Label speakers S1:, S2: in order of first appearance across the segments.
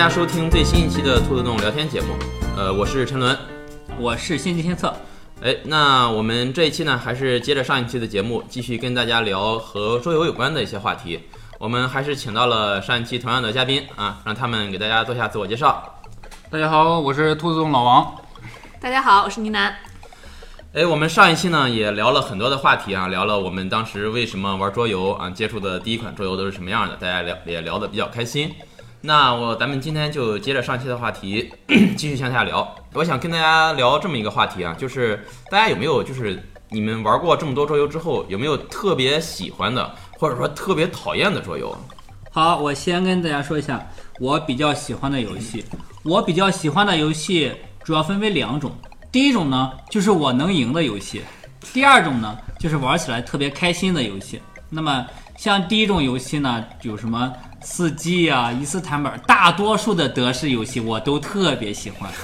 S1: 家收听最新一期的兔子洞聊天节目。我是陈伦，
S2: 我是先机先测。
S1: 那我们这一期呢，还是接着上一期的节目，继续跟大家聊和桌游有关的一些话题。我们还是请到了上一期同样的嘉宾啊，让他们给大家做下自我介绍。
S3: 大家好，我是兔子洞老王。
S4: 大家好，我是倪楠。
S1: 我们上一期呢也聊了很多的话题啊，聊了我们当时为什么玩桌游啊，接触的第一款桌游都是什么样的，大家也聊得比较开心。那咱们今天就接着上期的话题继续向下聊。我想跟大家聊这么一个话题啊，就是大家有没有就是你们玩过这么多桌游之后，有没有特别喜欢的或者说特别讨厌的桌游？
S2: 好，我先跟大家说一下我比较喜欢的游戏。我比较喜欢的游戏主要分为两种，第一种呢就是我能赢的游戏，第二种呢就是玩起来特别开心的游戏。那么像第一种游戏呢，有什么四季啊、伊斯坦布尔，大多数的德式游戏我都特别喜欢。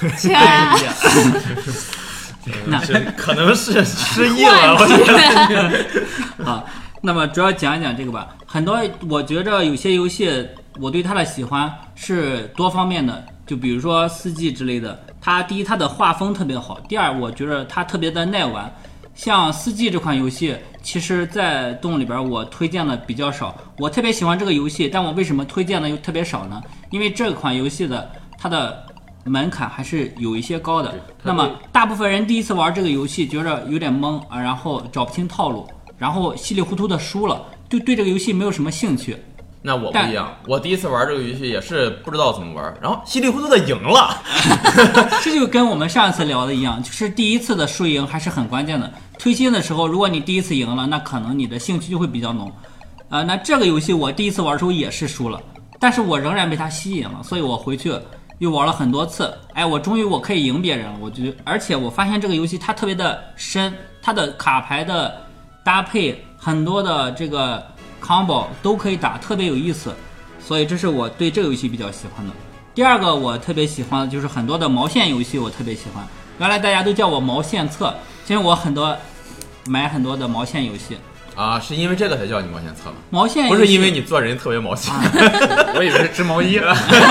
S1: 那可能是失忆了，我觉得。
S2: 好，那么主要讲一讲这个吧。很多我觉着有些游戏我对它的喜欢是多方面的，就比如说四季之类的，它第一它的画风特别好，第二我觉得它特别的耐玩。像四季这款游戏，其实在洞里边我推荐的比较少。我特别喜欢这个游戏，但我为什么推荐的又特别少呢？因为这款游戏的它的门槛还是有一些高的。那么大部分人第一次玩这个游戏觉着有点懵啊，然后找不清套路，然后稀里糊涂的输了，就对这个游戏没有什么兴趣。
S1: 那我不一样，我第一次玩这个游戏也是不知道怎么玩，然后稀里糊涂的赢了。
S2: 这就跟我们上一次聊的一样，就是第一次的输赢还是很关键的。推新的时候，如果你第一次赢了，那可能你的兴趣就会比较浓。那这个游戏我第一次玩的时候也是输了，但是我仍然被它吸引了，所以我回去又玩了很多次。我终于我可以赢别人了，我觉得，而且我发现这个游戏它特别的深，它的卡牌的搭配很多的这个combo 都可以打，特别有意思，所以这是我对这个游戏比较喜欢的。第二个我特别喜欢的就是很多的毛线游戏，我特别喜欢。原来大家都叫我毛线测，其实我买很多的毛线游戏
S1: 啊，是因为这个才叫你毛线测吗？
S2: 毛线游戏
S1: 不是因为你做人特别毛线，
S3: 我以为是织毛衣。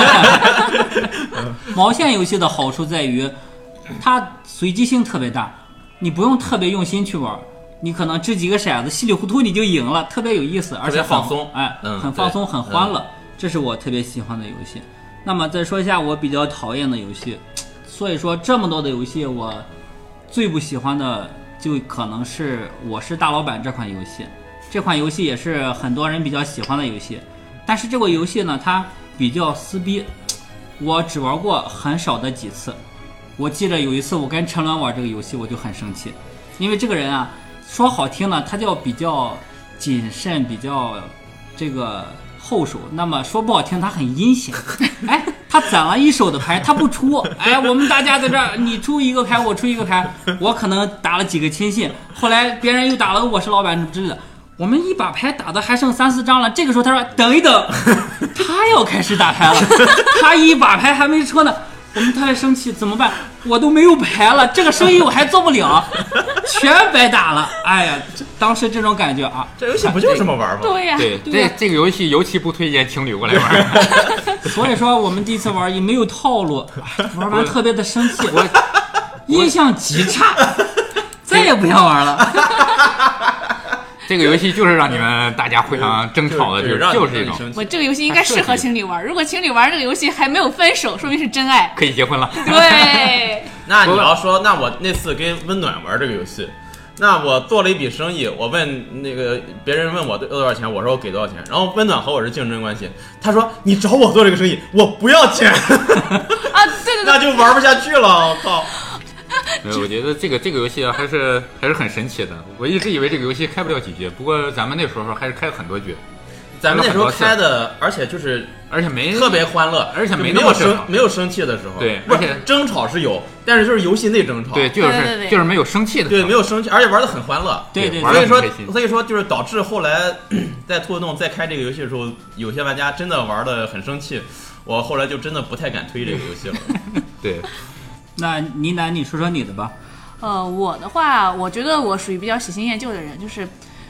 S2: 毛线游戏的好处在于它随机性特别大，你不用特别用心去玩。你可能掷几个骰子，稀里糊涂你就赢了，特别有意思，而且
S1: 放松，
S2: 很放松，很欢乐，这是我特别喜欢的游戏。那么再说一下我比较讨厌的游戏，所以说这么多的游戏，我最不喜欢的就可能是《我是大老板》这款游戏。这款游戏也是很多人比较喜欢的游戏，但是这个游戏呢，它比较撕逼，我只玩过很少的几次。我记得有一次我跟陈伦玩这个游戏，我就很生气，因为这个人啊。说好听呢，他叫比较谨慎，比较这个后手。那么说不好听，他很阴险。他攒了一手的牌，他不出。我们大家在这儿，你出一个牌，我出一个牌，我可能打了几个亲信，后来别人又打了我是老板之类的。我们一把牌打的还剩3-4张了，这个时候他说等一等，他要开始打牌了，他一把牌还没出呢。我们特别生气，怎么办？我都没有牌了，这个生意我还做不了，全白打了。当时这种感觉啊，
S1: 这游戏不就是这么玩吗？
S4: 对呀，
S3: 对，这个游戏尤其不推荐情侣过来玩。
S2: 所以说我们第一次玩也没有套路，玩完特别的生气，我印象极差，再也不想玩了。
S3: 这个游戏就是让你们大家互相争吵的，就是这种。
S4: 我这个游戏应该适合情侣玩，如果情侣玩这个游戏还没有分手，说明是真爱，
S3: 可以结婚了。
S4: 对。
S1: 那你要说，那我那次跟温暖玩这个游戏，那我做了一笔生意，我问那个别人问我多少钱，我说我给多少钱，然后温暖和我是竞争关系，他说你找我做这个生意，我不要钱。
S4: 对，
S1: 那就玩不下去了，我靠。
S3: 我觉得这个游戏还是很神奇的。我一直以为这个游戏开不了几局，不过咱们那时候还是开了很多局。
S1: 咱们那时候开的，而且没特别欢乐，
S3: 而且没
S1: 有生气的时候。
S3: 对，
S1: 而且争吵是有，但是就是游戏内争吵。
S3: 对，就是没有生气的。
S1: 对，没有生气，而且玩得很欢乐。
S2: 对，
S1: 所以说就是导致后来在兔子洞再开这个游戏的时候，有些玩家真的玩得很生气，我后来就真的不太敢推这个游戏了。
S3: 对。
S2: 那倪楠，你说说你的吧。
S4: 我的话，我觉得我属于比较喜新厌旧的人，就是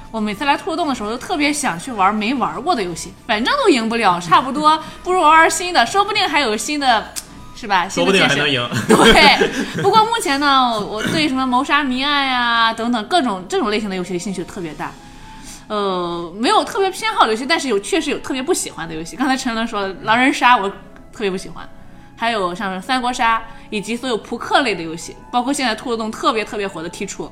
S4: 我每次来兔子洞的时候，都特别想去玩没玩过的游戏，反正都赢不了，差不多不如玩新的，说不定还有新的，是吧？
S1: 说不定还能赢。
S4: 对，不过目前呢，我对什么谋杀谜案呀等等各种这种类型的游戏兴趣特别大。没有特别偏好的游戏，但是确实有特别不喜欢的游戏。刚才陈伦说狼人杀我特别不喜欢，还有像三国杀以及所有扑克类的游戏，包括现在兔子洞特别火的 T 触。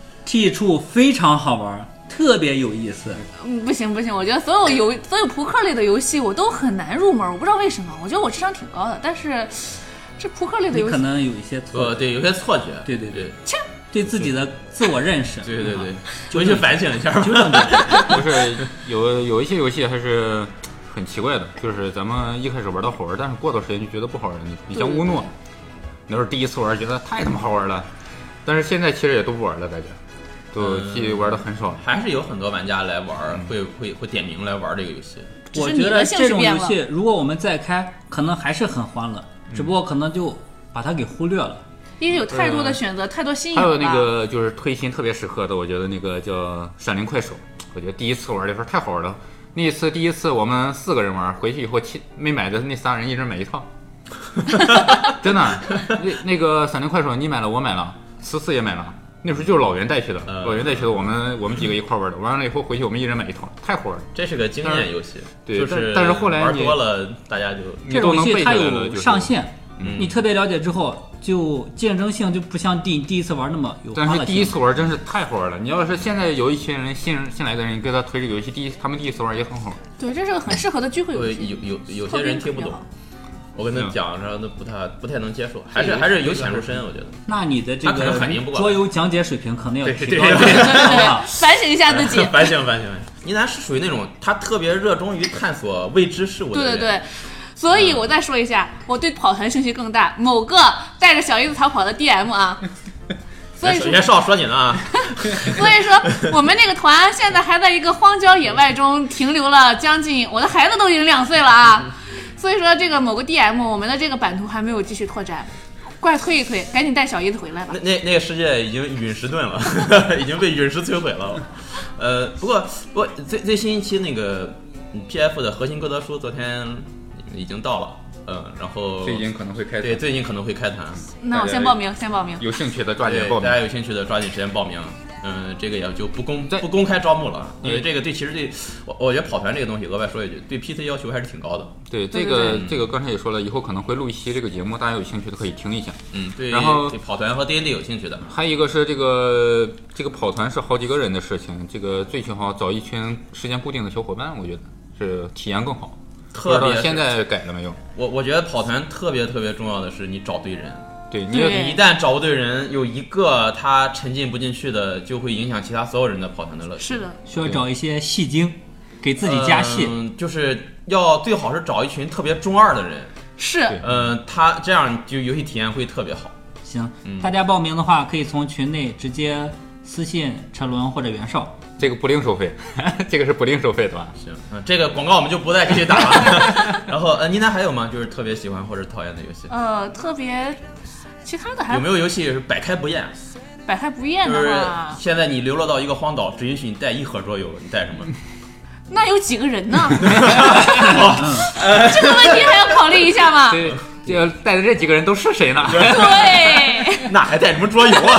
S2: T 触非常好玩，特别有意思。
S4: 不行，我觉得所有扑克类的游戏我都很难入门，我不知道为什么。我觉得我智商挺高的，但是这扑克类的游戏
S2: 你可能有一些错，
S1: 对，有些错觉，
S2: 对，对自己的自我认识，
S1: 对，回去反省一下吧。
S3: 不是有一些游戏还是很奇怪的，就是咱们一开始玩到好玩，但是过段时间就觉得不好玩。你像乌诺，那时候第一次玩觉得太他妈好玩了，但是现在其实也都不玩了，大家都玩的很少。
S1: 还是有很多玩家来玩，会点名来玩这个游戏。
S2: 我觉得这种游戏如果我们再开，可能还是很欢乐，只不过可能就把它给忽略了。
S4: 因为有太多的选择，太多新颖
S3: 了。还有那个就是推新特别适合的，我觉得那个叫《闪灵快手》，我觉得第一次玩的时候太好玩了。第一次我们4个人玩，回去以后没买的那3人一人买一套，真的。那个《闪灵快手》你买了，我买了，14也买了。那时候就是老袁带去的，我们几个一块玩的。玩完了以后回去我们一人买一套，太好玩了。
S1: 这是个经验游戏，
S3: 对，
S1: 就是
S3: 但是后来
S1: 玩多了，大家就
S2: 这种游戏它有上限。你特别了解之后，就竞争性就不像第一次玩那么有。
S3: 但是第一次玩真是太好玩了。你要是现在有一群人新来的人给他推这个游戏，他们第一次玩也很好玩。
S4: 对，这是个很适合的聚会游戏。
S1: 有些人听不懂，我跟他讲着都不太能接受，还是由浅入深，我觉得。
S2: 那你的这个桌游讲解水平可能要提高。
S4: 反省一下自己。
S1: 反省。倪楠是属于那种他特别热衷于探索未知事物的人。
S4: 对。所以我再说一下，我对跑团兴趣更大。某个带着小姨子逃跑的 DM 啊，所以
S1: 首先是要说你呢啊。
S4: 所以说我们那个团现在还在一个荒郊野外中停留了将近，我的孩子都已经2岁了啊。所以说这个某个 DM 我们的这个版图还没有继续拓展，快推一推，赶紧带小姨子回来吧。
S1: 那个世界已经陨石盾了，已经被陨石摧毁了。不过最新一期那个 PF 的核心哥德书昨天已经到了，然后
S3: 最近可能会开团。
S1: 对，最近可能会开团。
S4: 那我先报名。
S3: 有兴趣的抓紧报名。
S1: 大家有兴趣的抓紧时间报名。这个也就不公开招募了，因为这个其实对我觉得跑团这个东西，额外说一句，对 PC 要求还是挺高的。
S3: 对，这个刚才也说了，以后可能会录一期这个节目，大家有兴趣的可以听一下。
S1: 对。
S3: 然后
S1: 对跑团和 D&D 有兴趣的，
S3: 还有一个是这个跑团是好几个人的事情，这个最好找一群时间固定的小伙伴，我觉得是体验更好。
S1: 特别
S3: 现在改了没有？
S1: 我觉得跑团特别重要的是你找对人。
S3: 对，
S1: 你一旦找不对人，有一个他沉浸不进去的，就会影响其他所有人的跑团的乐趣。
S4: 是的，
S2: 需要找一些戏精，给自己加戏。
S1: 就是要最好是找一群特别中二的人。
S4: 是。
S1: 他这样就游戏体验会特别好。
S2: 行，大家报名的话，可以从群内直接私信陈伦或者袁绍。
S3: 这个不另收费，这个是不另收费的吧？
S1: 行，这个广告我们就不再继续打了。然后，倪楠还有吗？就是特别喜欢或者讨厌的游戏？
S4: 特别，其他的还
S1: 有没有游戏是百开不厌？
S4: 百开不厌的话，
S1: 就是现在你流落到一个荒岛，只允许你带1盒桌游，你带什么？
S4: 那有几个人呢？这个问题还要考虑一下嘛。
S3: 对，这带的这几个人都是谁呢？
S4: 对，
S1: 那还带什么桌游啊？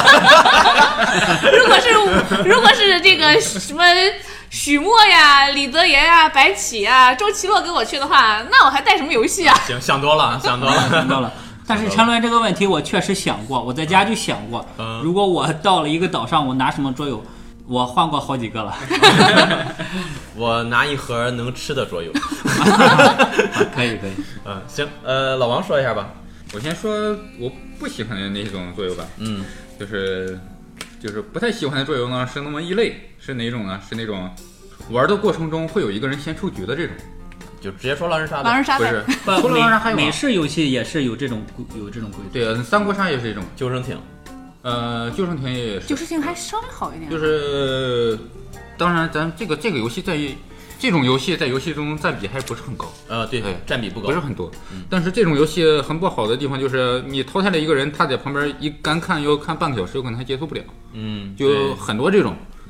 S4: 如果是这个什么许墨呀、李泽言呀、白起呀、周奇洛跟我去的话，那我还带什么游戏啊？
S1: 行，想多了。
S2: 但是陈伦这个问题我确实想过，我在家就想过，如果我到了一个岛上，我拿什么桌游？我换过好几个了。
S1: 我拿1盒能吃的桌游。
S2: 可以。
S1: 行，老王说一下吧。
S3: 我先说我不喜欢的那种桌游吧。就是不太喜欢的桌游呢，是那么一类，是哪种呢？是那种玩的过程中会有一个人先出局的这种。
S1: 就直接说狼人杀。
S4: 狼人杀
S3: 不是，除了狼人杀还有
S2: 美式游戏也是有这种规则。
S3: 对，三国杀也是一种。
S1: 救生艇。
S3: 救生艇也是。
S4: 救生艇还稍微好一点。
S3: 就是，当然咱这个游戏这种游戏在游戏中占比还不是很高。
S1: 对，占比不高，
S3: 不是很多。但是这种游戏很不好的地方就是你淘汰了一个人，他在旁边一干看要看半个小时，有可能还结束不了。就很多这种。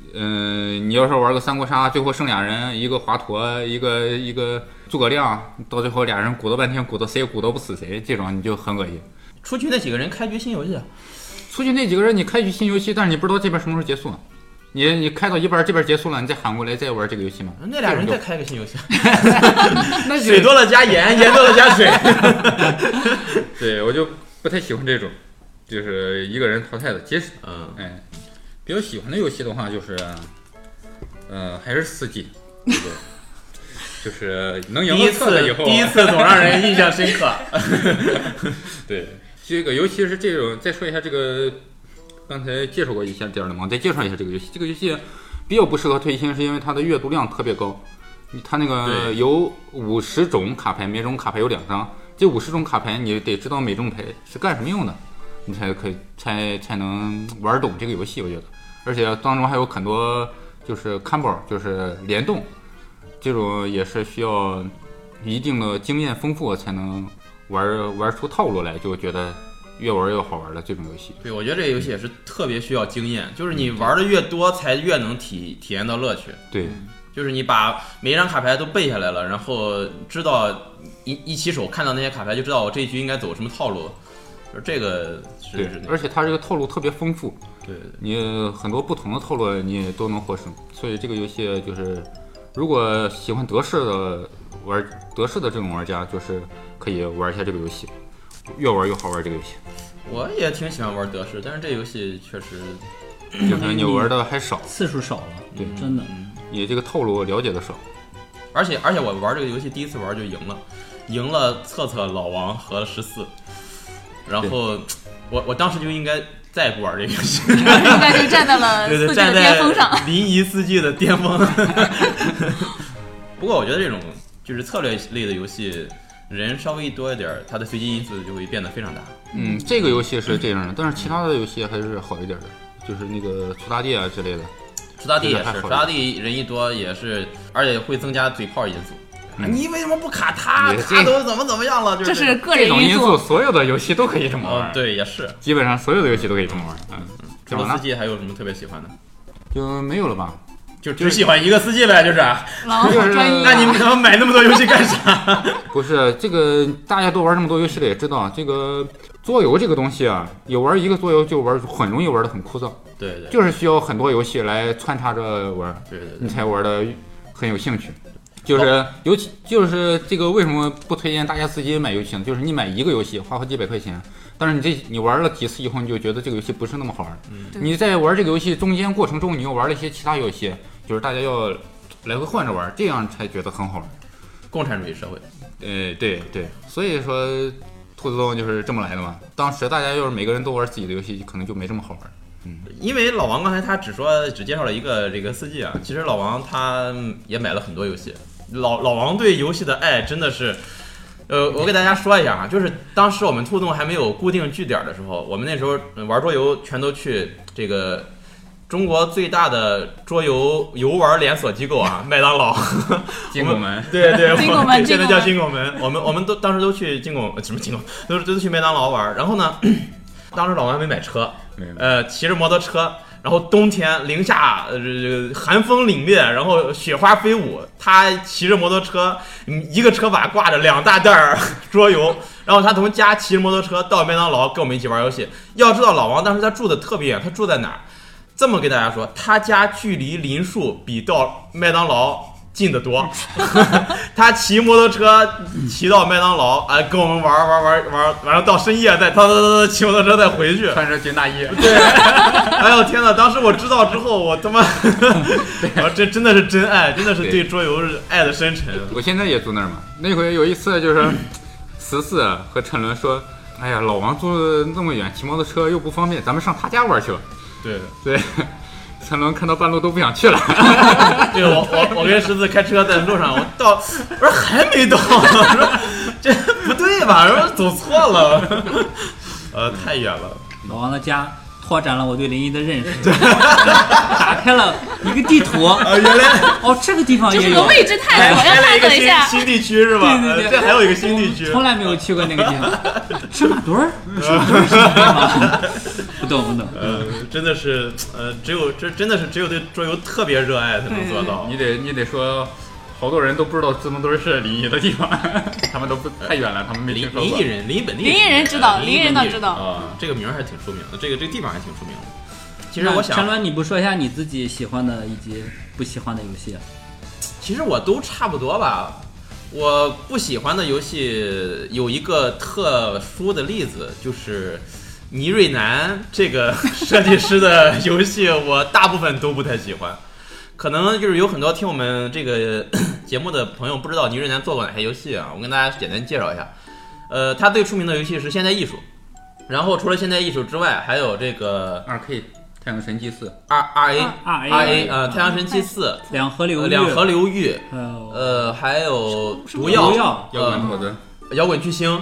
S3: 你要是玩个三国杀，最后剩俩人，一个华佗，一个诸葛亮，到最后俩人鼓捣半天，鼓捣谁也鼓捣不死谁，这种你就很恶心。
S1: 出去那几个人开局新游戏，
S3: 出去那几个人你开局新游戏，但是你不知道这边什么时候结束。你开到一半，这边结束了，你再喊过来再玩这个游戏吗？
S1: 那俩人再开个新游戏，
S3: 那
S1: 水多了加盐，盐多了加水。
S3: 对，我就不太喜欢这种，就是一个人淘汰的结实。比较喜欢的游戏的话，就是，还是4季，对，就是能赢了测了以后，
S1: 第一次总让人印象深刻。
S3: 对，这个尤其是这种，再说一下这个。刚才介绍过一下这样的嘛，再介绍一下这个游戏。这个游戏比较不适合推新，是因为它的阅读量特别高。它那个有50种卡牌，每种卡牌有2张。这50种卡牌你得知道每种牌是干什么用的，你才能玩懂这个游戏。我觉得，而且当中还有很多就是 combo， 就是联动，这种也是需要一定的经验丰富才能玩出套路来，就觉得。越玩越好玩的这种游戏，
S1: 对，我觉得这个游戏也是特别需要经验，就是你玩的越多，才越能体验到乐趣。
S3: 对，
S1: 就是你把每一张卡牌都背下来了，然后知道一起手看到那些卡牌就知道我这一局应该走什么套路，就是这个是。
S3: 对，而且它这个套路特别丰富，
S1: 对，
S3: 你很多不同的套路你都能获胜，所以这个游戏就是，如果喜欢德式的这种玩家，就是可以玩一下这个游戏。越玩越好玩这个游戏，
S1: 我也挺喜欢玩德式，但是这个游戏确实
S3: 就是你玩的还少，
S2: 次数少了，
S3: 对，
S2: 真的，
S3: 你这个套路了解的少，
S1: 而且我玩这个游戏第一次玩就赢了策老王和14，然后我当时就应该再也不玩这个游戏，
S4: 应该就站在了4季的巅峰上，
S1: 临沂4季的巅峰。不过我觉得这种就是策略类的游戏。人稍微多一点，它的随机因素就会变得非常大。
S3: 这个游戏是这样的，但是其他的游戏还是好一点的，就是那个苏大地啊之类的。
S1: 苏大地也是，苏大地人一多也是，而且会增加嘴炮因素。你为什么不卡他？他都怎么样了？
S4: 这是个人
S3: 因素，所有的游戏都可以这么玩。
S1: 对，也是，
S3: 基本上所有的游戏都可以这么玩。
S1: 除了4季还有什么特别喜欢的？
S3: 就没有了吧？
S1: 就只喜欢一个4季呗，就是。
S4: 就是
S1: 那你们他妈买那么多游戏干啥？
S3: 不是这个，大家都玩这么多游戏的也知道，这个桌游这个东西啊，有玩一个桌游就很容易玩的很枯燥。
S1: 对，
S3: 就是需要很多游戏来穿插着玩，
S1: 对，
S3: 你才玩的很有兴趣。就是尤其就是这个为什么不推荐大家自己买游戏呢？就是你买一个游戏花好几百块钱，但是你玩了几次以后，你就觉得这个游戏不是那么好玩。你在玩这个游戏中间过程中，你又玩了一些其他游戏，就是大家要来回换着玩，这样才觉得很好玩。
S1: 共产主义社会。
S3: 对，所以说兔子洞就是这么来的嘛。当时大家要是每个人都玩自己的游戏，可能就没这么好玩。
S1: 因为老王刚才他只介绍了一个这个4季啊，其实老王他也买了很多游戏。老王对游戏的爱真的是，我给大家说一下啊，就是当时我们兔洞还没有固定据点的时候，我们那时候玩桌游全都去这个中国最大的桌游游玩连锁机构啊，麦当劳、
S3: 金拱门，
S1: 对，
S4: 金拱门
S1: 现在叫金拱门，我们当时都去金拱都去麦当劳玩，然后呢，当时老王还没买车，骑着摩托车。然后冬天零下，寒风凛冽，然后雪花飞舞，他骑着摩托车，一个车把挂着2大袋桌游，然后他从家骑着摩托车到麦当劳跟我们一起玩游戏。要知道老王当时他住的特别远，他住在哪儿？这么给大家说，他家距离林树比到麦当劳近得多。他骑摩托车骑到麦当劳，跟我们玩，完了到深夜再骑摩托车再回去，
S3: 穿着军大衣。
S1: 对，哎呦天哪！当时我知道之后，我他妈，这真的是真爱，真的是对桌游是爱的深沉。
S3: 我现在也住那儿嘛。那回有一次就是14和陈伦说：“哎呀，老王住那么远，骑摩托车又不方便，咱们上他家玩去吧。”对。陈伦看到半路都不想去了。
S1: 对，我跟14开车在路上，我说还没到，我说这不对吧？说走错了，太远了。
S2: 老王的家拓展了我对临沂的认识，打开了一个地图。
S1: 原来
S2: 这个地方也有，
S4: 这是个未知探索，要探索一下
S1: 新地区是吧？
S2: 对，
S1: 这还有一个新地区，
S2: 从来没有去过那个地方。赤马墩儿，是什么地方？不懂。
S1: 真的是真的是只有对桌游特别热爱才能做到。
S3: 你得说。好多人都不知道自动墩是临沂的地方，他们都不太远了，他们没听说过。
S1: 临沂人，临沂本地人，
S4: 临沂人知道，临沂人倒知道
S1: 啊，这个名还挺出名的，这个地方还挺出名的。其实我想，
S2: 陈伦，你不说一下你自己喜欢的以及不喜欢的游戏？
S1: 其实我都差不多吧。我不喜欢的游戏有一个特殊的例子，就是倪瑞南这个设计师的游戏，我大部分都不太喜欢。可能就是有很多听我们这个节目的朋友不知道倪瑞南做过哪些游戏啊，我跟大家简单介绍一下。他最出名的游戏是现代艺术，然后除了现代艺术之外，还有这个
S3: 2K 太阳神祭4
S1: RA 太阳神祭4
S2: 两河流域，
S1: 还有毒
S2: 药
S3: 摇滚兔子。
S1: 摇滚巨星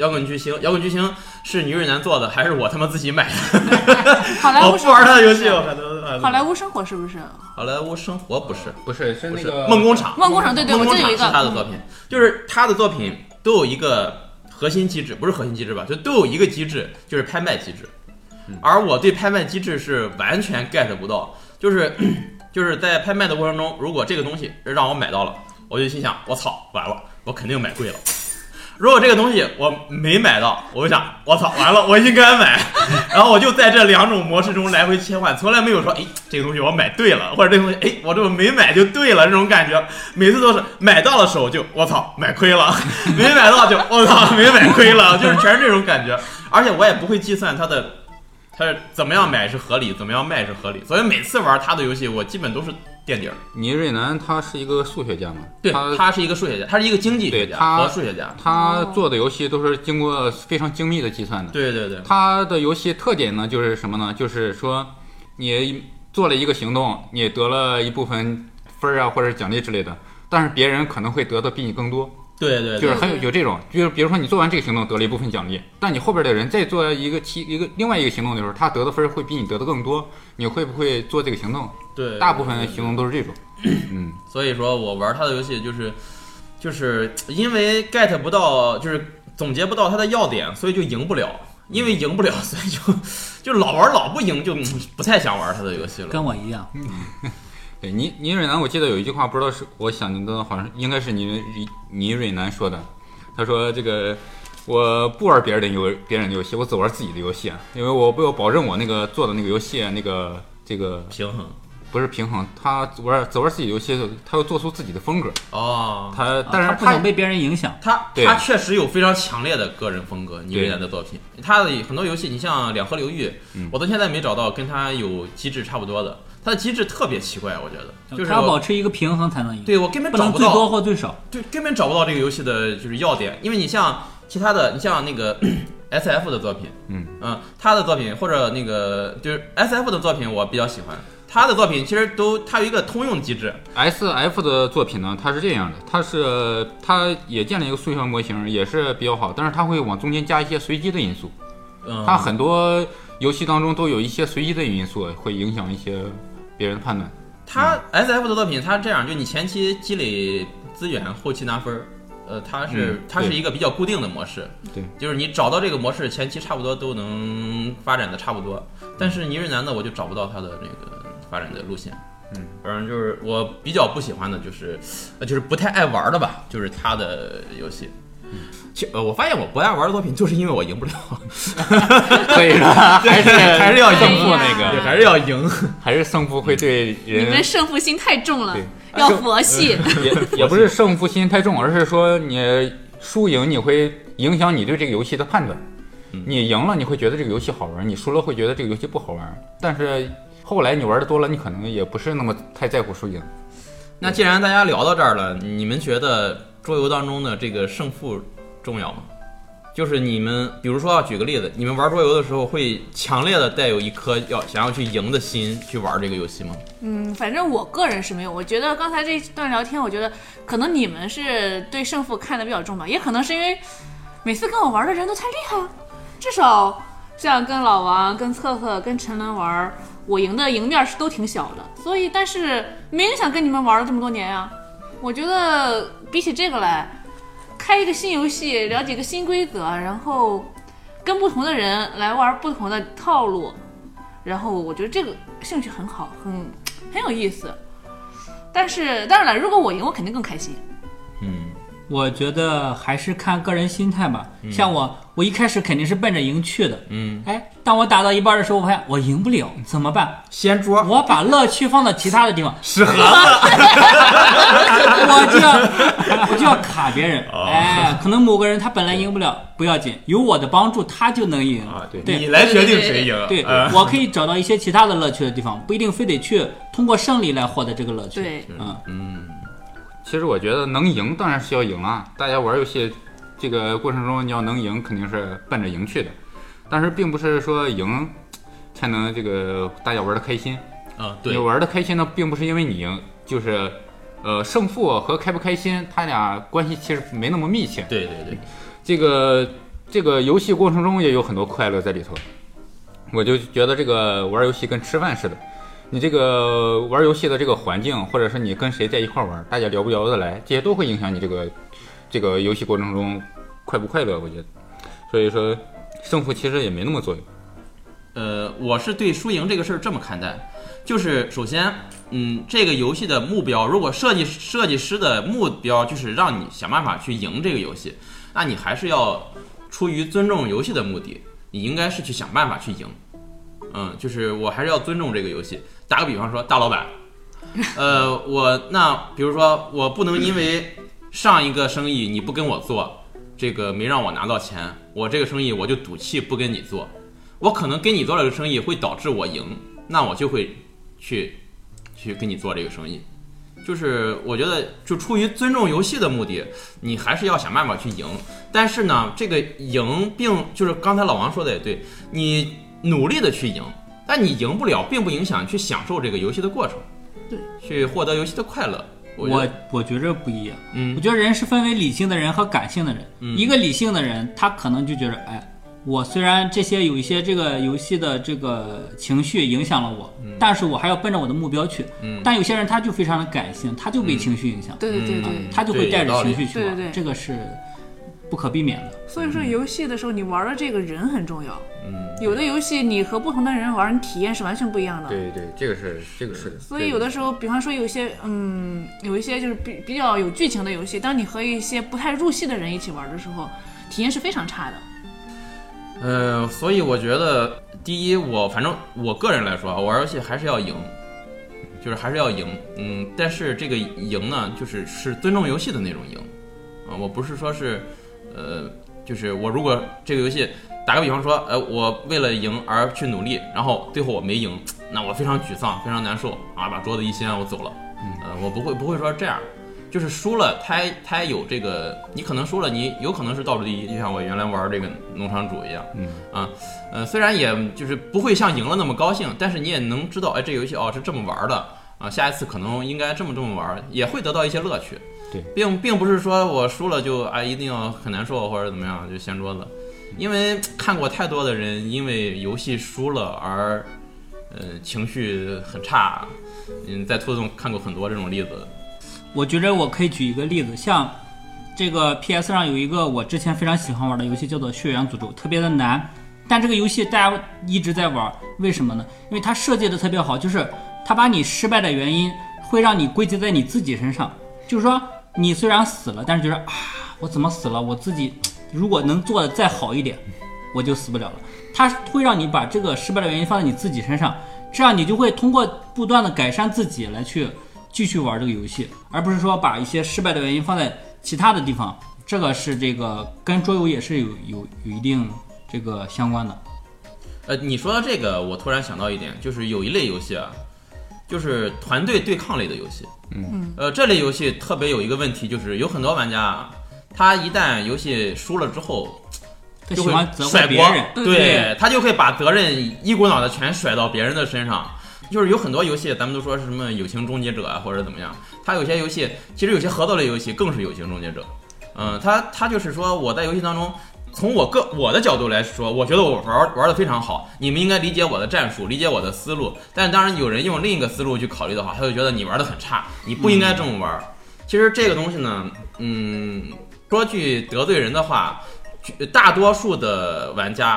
S1: 是倪瑞南做的，还是我他妈自己买的？我不玩他的游戏，我可能。
S4: 好莱坞生活是不是？
S1: 好莱坞生活不是
S3: 是那个
S1: 梦工厂。
S4: 对，我这有一个
S1: 是他的作品，就是他的作品都有一个核心机制，不是核心机制吧，就都有一个机制，就是拍卖机制。而我对拍卖机制是完全 get 不到，就是在拍卖的过程中，如果这个东西让我买到了，我就心想，我操，完了，我肯定买贵了。如果这个东西我没买到，我就想，我操，完了，我应该买。然后我就在这两种模式中来回切换，从来没有说，这个东西我买对了，或者这个东西，我这么没买就对了，这种感觉，每次都是买到了手就，我操，买亏了；没买到就，我操，没买亏了，就是全是这种感觉。而且我也不会计算它是怎么样买是合理，怎么样卖是合理，所以每次玩他的游戏，我基本都是垫底儿。
S3: 倪瑞南他是一个数学家嘛？
S1: 对，他是一个数学家，他是一个经济学家和数学家。
S3: 他做的游戏都是经过非常精密的计算的。
S1: 对。
S3: 他的游戏特点呢，就是什么呢？就是说，你做了一个行动，你得了一部分分啊，或者奖励之类的，但是别人可能会得的比你更多。
S1: 对，
S3: 就是还有这种，就是比如说你做完这个行动得了一部分奖励，但你后边的人再做另外一个行动的时候，他得的分会比你得的更多，你会不会做这个行动？
S1: 对，
S3: 大部分行动都是这种。
S1: 所以说我玩他的游戏就是因为 get 不到，就是总结不到他的要点，所以就赢不了。因为赢不了，所以就老玩老不赢，就不太想玩他的游戏了。
S2: 跟我一样。
S3: 对，倪瑞南，我记得有一句话，不知道是我想的，好像应该是倪瑞南说的。他说：“这个我不玩别人的游戏，我只玩自己的游戏，因为我不要保证我那个做的那个游戏这个
S1: 平衡，
S3: 不是平衡。他只玩自己的游戏，他要做出自己的风格。但是
S2: 他不能被别人影响。
S1: 他确实有非常强烈的个人风格。倪瑞南的作品，他的很多游戏，你像两河流域，我到现在没找到跟他有机制差不多的。”它的机制特别奇怪，我觉得，就是
S2: 它要保持一个平衡才能赢。
S1: 对，我根本找不到，
S2: 不能最多或最少。
S1: 对，根本找不到这个游戏的就是要点，因为你像其他的，你像那个SF 的作品，他的作品或者那个就是 SF 的作品，我比较喜欢。他的作品其实它有一个通用机制。
S3: SF 的作品呢，它是这样的，它也建了一个数学模型，也是比较好，但是它会往中间加一些随机的因素。它很多游戏当中都有一些随机的因素，会影响一些别人的判断。
S1: 它 SF 的作品，它是这样，就你前期积累资源，后期拿分。它是一个比较固定的模式。
S3: 对，
S1: 就是你找到这个模式，前期差不多都能发展的差不多。但是倪瑞南呢，我就找不到他的那个发展的路线。反正就是我比较不喜欢的就是不太爱玩的吧，就是他的游戏。我发现我不爱玩的作品，就是因为我赢不了。
S3: 所以说还是要胜负那个，
S1: 还是要赢，
S3: 还是胜负会对人。
S4: 你们胜负心太重了，要佛系。
S3: 也不是胜负心太重，而是说你输赢你会影响你对这个游戏的判断。你赢了你会觉得这个游戏好玩，你输了会觉得这个游戏不好玩。但是后来你玩的多了，你可能也不是那么太在乎输赢。
S1: 那既然大家聊到这儿了，你们觉得桌游当中的这个胜负重要吗？就是你们比如说举个例子，你们玩桌游的时候会强烈的带有一颗想要去赢的心去玩这个游戏吗？
S4: 反正我个人是没有。我觉得刚才这段聊天，我觉得可能你们是对胜负看得比较重吧，也可能是因为每次跟我玩的人都太厉害了，至少像跟老王、跟策策、跟陈伦玩，我赢的赢面是都挺小的，所以但是没影响跟你们玩了这么多年呀。我觉得比起这个来，开一个新游戏，了解个新规则，然后跟不同的人来玩不同的套路， 然后我觉得这个兴趣很好，很有意思。但是当然了，如果我赢，我肯定更开心。
S2: 我觉得还是看个人心态吧。像我一开始肯定是奔着赢去的。当我打到一半的时候，我发现我赢不了，怎么办？
S1: 掀桌，
S2: 我把乐趣放到其他的地方，
S1: 屎盒子，
S2: 我就要卡别人。可能某个人他本来赢不了，不要紧，有我的帮助，他就能赢。对，
S1: 你来决定谁赢。
S2: 对，我可以找到一些其他的乐趣的地方，不一定非得去通过胜利来获得这个乐趣。
S4: 对，
S3: 其实我觉得能赢当然是要赢啊！大家玩游戏这个过程中，你要能赢，肯定是奔着赢去的。但是并不是说赢才能这个大家玩的开心。
S1: 对，
S3: 你玩的开心呢，并不是因为你赢，就是胜负和开不开心，他俩关系其实没那么密切。
S1: 对，
S3: 这个游戏过程中也有很多快乐在里头。我就觉得这个玩游戏跟吃饭似的。你这个玩游戏的这个环境，或者是你跟谁在一块玩，大家聊不聊得来，这些都会影响你这个游戏过程中快不快乐。我觉得，所以说胜负其实也没那么作用。
S1: 我是对输赢这个事儿这么看待，就是首先，这个游戏的目标，如果设计师的目标就是让你想办法去赢这个游戏，那你还是要出于尊重游戏的目的，你应该是去想办法去赢。就是我还是要尊重这个游戏。打个比方说，大老板，比如说我不能因为上一个生意你不跟我做，这个没让我拿到钱，我这个生意我就赌气不跟你做。我可能跟你做这个生意会导致我赢，那我就会去跟你做这个生意。就是我觉得就出于尊重游戏的目的，你还是要想办法去赢。但是呢，这个赢就是刚才老王说的也对，你努力的去赢，但你赢不了，并不影响去享受这个游戏的过程，
S4: 对，
S1: 去获得游戏的快乐。
S2: 我觉着不一样。我觉得人是分为理性的人和感性的人。一个理性的人，他可能就觉得，我虽然这些有一些这个游戏的这个情绪影响了我，但是我还要奔着我的目标去。但有些人他就非常的感性，他就被情绪影响。
S4: 对，
S2: 他就会带着情绪去玩。
S4: 对，
S2: 这个是不可避免的。
S4: 所以说游戏的时候，你玩的这个人很重要。有的游戏你和不同的人玩，你体验是完全不一样的。
S3: 对，这个是的。
S4: 所以有的时候，比方说有一些就是比较有剧情的游戏，当你和一些不太入戏的人一起玩的时候，体验是非常差的。
S1: 所以我觉得，第一，反正我个人来说，玩游戏还是要赢，就是还是要赢。但是这个赢呢，就是尊重游戏的那种赢我不是说是就是我如果这个游戏打个比方说，我为了赢而去努力，然后最后我没赢，那我非常沮丧，非常难受把桌子一掀，我走了。我不会说这样，就是输了，他有这个，你可能输了，你有可能是倒数第一，就像我原来玩这个农场主一样。虽然也就是不会像赢了那么高兴，但是你也能知道，这游戏是这么玩的下一次可能应该这么玩，也会得到一些乐趣。
S3: 对，
S1: 并不是说我输了就一定要很难受或者怎么样就掀桌子，因为看过太多的人因为游戏输了而情绪很差。在兔子洞看过很多这种例子。
S2: 我觉得我可以举一个例子，像这个 PS 上有一个我之前非常喜欢玩的游戏叫做《血缘诅咒》，特别的难，但这个游戏大家一直在玩，为什么呢？因为它设计的特别好，就是它把你失败的原因会让你归结在你自己身上，就是说你虽然死了，但是觉得我怎么死了，我自己如果能做的再好一点我就死不了了。它会让你把这个失败的原因放在你自己身上，这样你就会通过不断的改善自己来去继续玩这个游戏，而不是说把一些失败的原因放在其他的地方。这个是这个跟桌游也是有一定这个相关的。
S1: 你说到这个，我突然想到一点，就是有一类游戏就是团队对抗类的游戏。这类游戏特别有一个问题，就是有很多玩家他一旦游戏输了之后就会甩锅，对，他就会把责任一股脑的全甩到别人的身上。就是有很多游戏咱们都说是什么友情终结者或者怎么样，他有些游戏其实有些合作类游戏更是友情终结者。他就是说我在游戏当中从我的角度来说，我觉得我玩的非常好，你们应该理解我的战术，理解我的思路。但当然有人用另一个思路去考虑的话，他就觉得你玩的很差，你不应该这么玩。其实这个东西呢，说句得罪人的话，大多数的玩家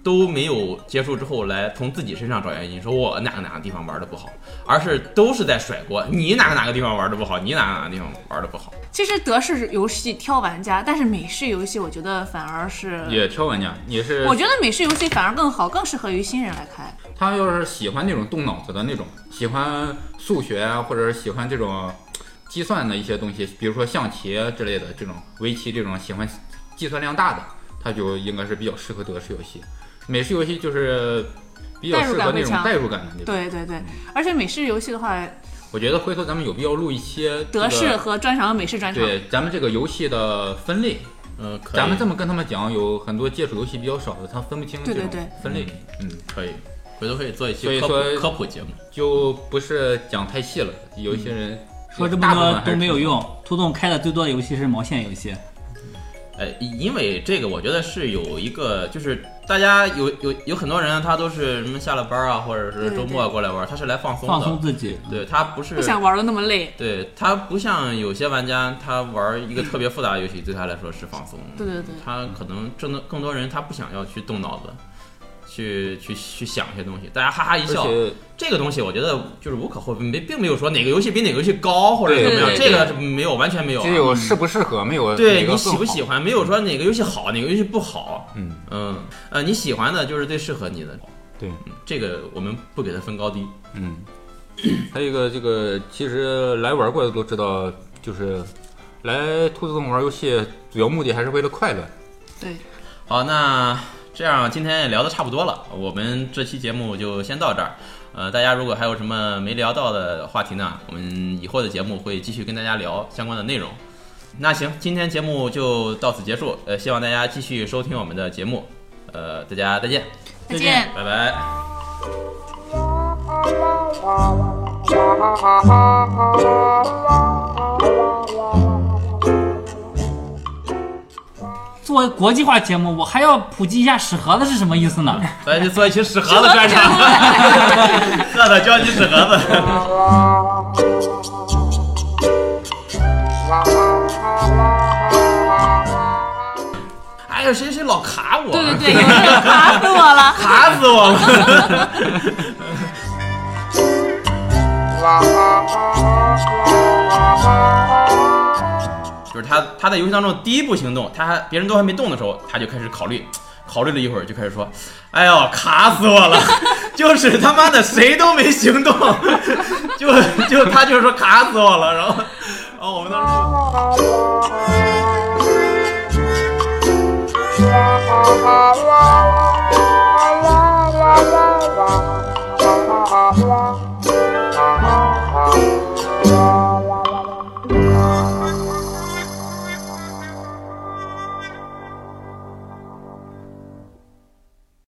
S1: 都没有接触之后来从自己身上找原因，说我哪个地方玩的不好，而是都是在甩锅，你哪个地方玩的不好，你哪个地方玩的不好。
S4: 其实德式游戏挑玩家，但是美式游戏我觉得反而是
S3: 也挑玩家，也是。
S4: 我觉得美式游戏反而更好，更适合于新人来开。
S3: 他要是喜欢那种动脑子的那种，喜欢数学啊，或者是喜欢这种计算的一些东西，比如说象棋之类的这种围棋这种喜欢计算量大的，他就应该是比较适合德式游戏。美式游戏就是比较适合那种代入感的那种。
S4: 对对对，而且美式游戏的话，
S3: 我觉得回头咱们有必要录一些
S4: 德式和专长和美式专长。
S3: 对，咱们这个游戏的分类，咱们这么跟他们讲，有很多接触游戏比较少的，他分不清这种分类。
S1: 可以，回头可以做一期科普节目，
S3: 就不是讲太细了。有一些人
S2: 说这么多都没有用，兔洞开的最多的游戏是毛线游戏。
S1: 因为这个我觉得是有一个，就是大家有很多人，他都是什么下了班啊，或者是周末过来玩，他是来放松
S2: 自己。
S1: 对，他不是
S4: 不想玩的那么累。
S1: 对，他不像有些玩家，他玩一个特别复杂的游戏，对他来说是放松。
S4: 对对对，
S1: 他可能更多人他不想要去动脑子。去想一些东西，大家哈哈一笑，这个东西我觉得就是无可厚非，并没有说哪个游戏比哪个游戏高或者怎么样，这个没有，完全没有，
S3: 只有适不适合，没有
S1: 对你喜不喜欢，没有说哪个游戏好，哪个游戏不好，你喜欢的就是最适合你的，
S3: 对，
S1: 这个我们不给它分高低，
S3: 还有一个这个，其实来玩过的都知道，就是来兔子洞玩游戏，主要目的还是为了快乐。
S4: 对，
S1: 好，那。这样今天也聊得差不多了，我们这期节目就先到这儿。大家如果还有什么没聊到的话题呢，我们以后的节目会继续跟大家聊相关的内容。那行，今天节目就到此结束。希望大家继续收听我们的节目。大家再见，
S4: 再见，
S1: 拜拜。
S2: 作为国际化节目，我还要普及一下屎盒子是什么意思呢？
S1: 咱就做一期屎盒子专场，乐乐教你屎盒子。哎呀，谁老卡我？
S4: 对对对，有人卡死我了，
S1: 卡死我了。就是他在游戏当中第一步行动，别人都还没动的时候，他就开始考虑了一会儿，就开始说：“哎呦，卡死我了！”就是他妈的谁都没行动，他就是说卡死我了，然后我们当时。